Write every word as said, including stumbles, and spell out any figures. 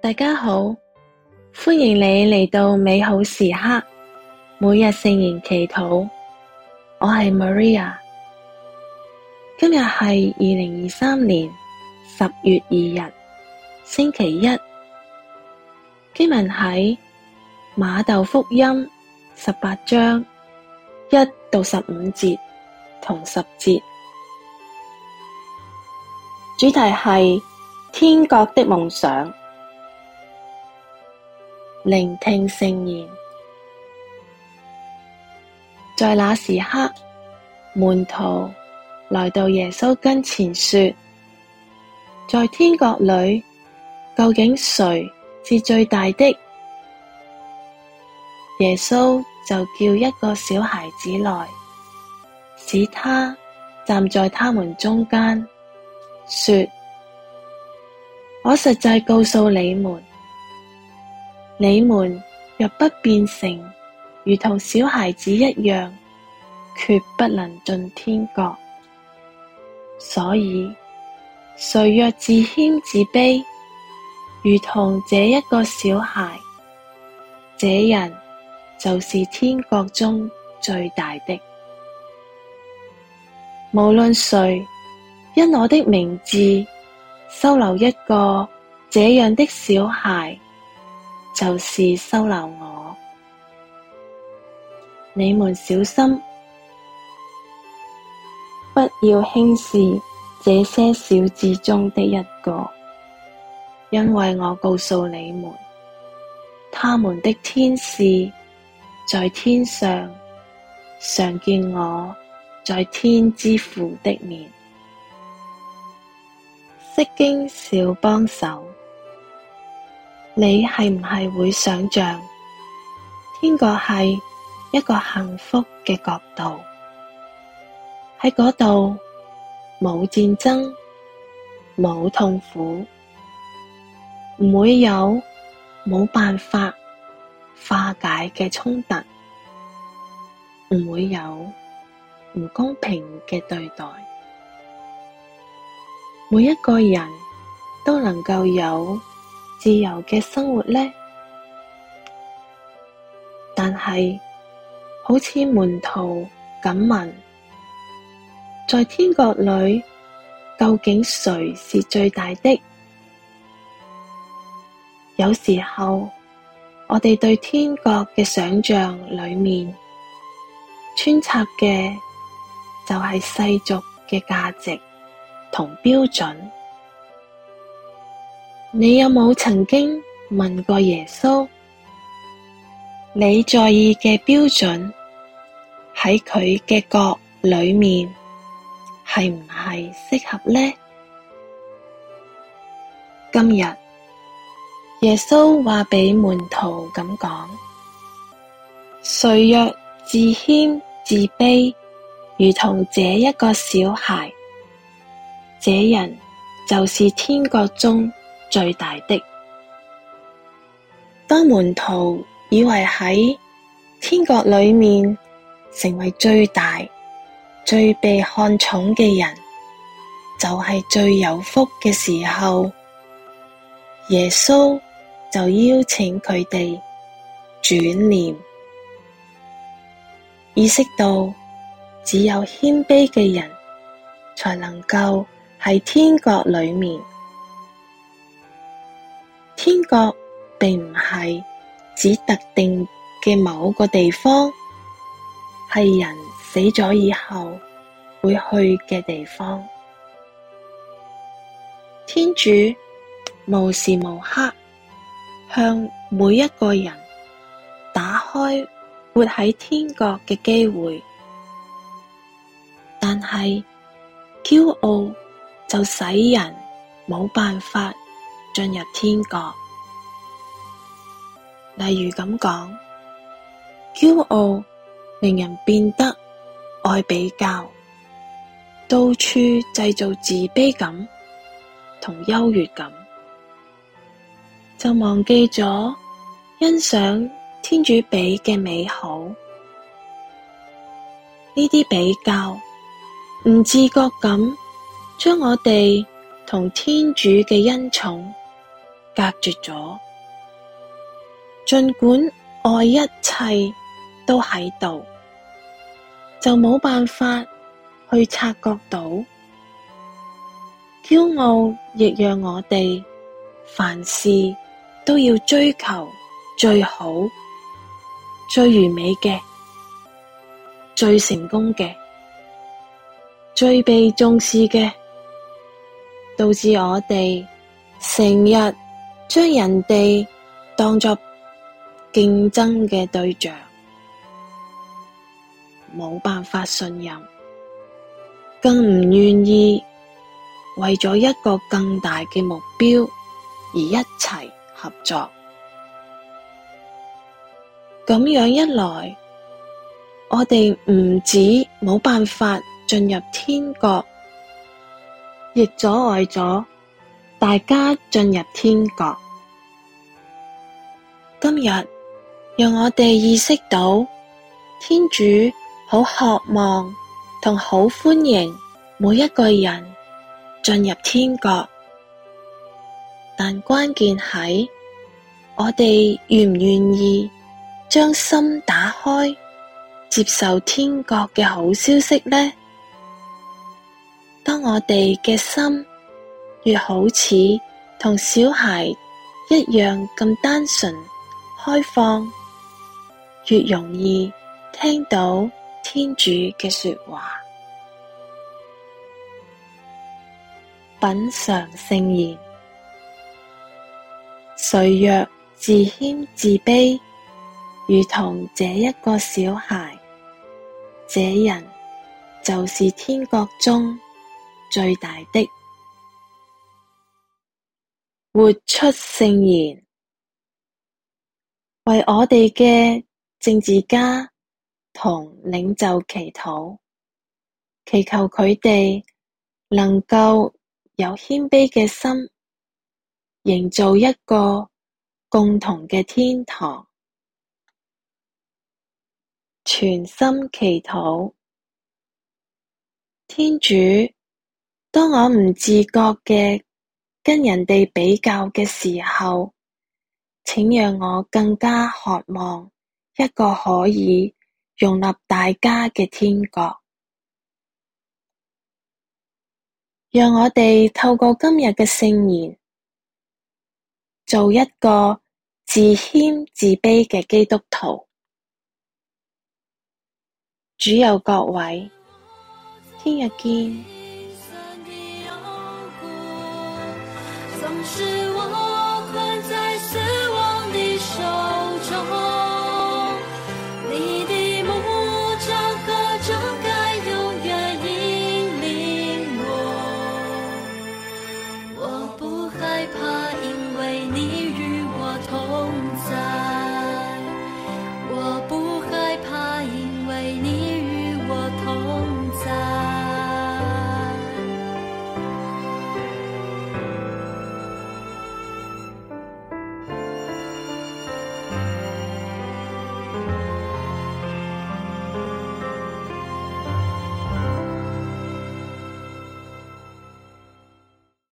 大家好，歡迎你嚟到美好時刻，每日聖言祈禱。我係 Maria， 今日係二零二三年十月二日，星期一。經文喺馬竇福音十八章一到十五節同十節，主題係天國的夢想。聆聽聖言。在那時刻，門徒來到耶穌跟前說：在天國裏，究竟誰是最大的？耶穌就叫一個小孩子來，使他站在他們中間，說：我實在告訴你們，你們若不變成如同小孩子一樣，決不能進天國。所以，誰若自謙自卑，如同這一個小孩，這人就是天國中最大的。無論誰因我的名字收留一個這樣的小孩，就是收留我。你們小心，不要輕視這些小子中的一個，因為我告訴你們，他們的天使在天上常見我在天之父的面。釋經小幫手，你係唔係會想像天國係一個幸福嘅國度？喺嗰度冇戰爭，冇痛苦，唔會有冇辦法化解嘅衝突，唔會有唔公平嘅對待，每一個人都能夠有自由嘅生活呢？但係好似門徒咁問，在天國裏究竟誰是最大的？有時候我哋對天國嘅想象裏面穿插嘅就係世俗嘅價值同標準。你有冇曾經問過耶穌，你在意嘅標準喺佢嘅國裏面係唔係適合呢？今日耶穌話俾門徒咁講：誰若自謙自卑，如同這一個小孩，這人就是天國中最大的。當門徒以為喺天國裏面成為最大、最被看重嘅人，就係最有福嘅時候，耶穌就邀請佢哋轉念，意識到只有謙卑嘅人才能夠喺天國裏面。天國並唔係指特定嘅某個地方，係人死咗以後會去嘅地方。天主無時無刻向每一個人打開活喺天國嘅機會，但係驕傲就使人冇辦法進入天國。例如咁講，驕傲令人變得愛比較，到處製造自卑感同優越感，就忘記咗欣賞天主俾嘅美好。呢啲比較唔自覺咁將我哋同天主嘅恩寵隔絕咗。儘管愛一切都喺度，就冇辦法去察覺到。驕傲亦讓我哋凡事都要追求最好、最完美嘅、最成功嘅、最被重視嘅，導致我哋成日將人哋當作競爭嘅對象，冇辦法信任，更唔願意為咗一個更大嘅目標而一齊合作。咁樣一來，我哋唔止冇辦法進入天國，亦阻礙咗大家進入天國。今日讓我哋意識到，天主好渴望同好歡迎每一個人進入天國，但關鍵喺我哋願唔願意將心打開，接受天國嘅好消息呢？當我哋嘅心越好似同小孩一樣咁單純開放，越容易聽到天主嘅說話。品嚐聖言。誰若自謙自卑，如同這一個小孩，這人就是天國中最大的。活出聖言。為我哋嘅政治家同領袖祈禱，祈求佢哋能夠有謙卑嘅心，營造一個共同嘅天堂。全心祈禱。天主，當我唔自覺嘅跟人哋比較嘅時候，請讓我更加渴望一個可以容納大家嘅天國。讓我哋透過今日嘅聖言，做一個自謙自卑嘅基督徒。主佑各位，聽日見。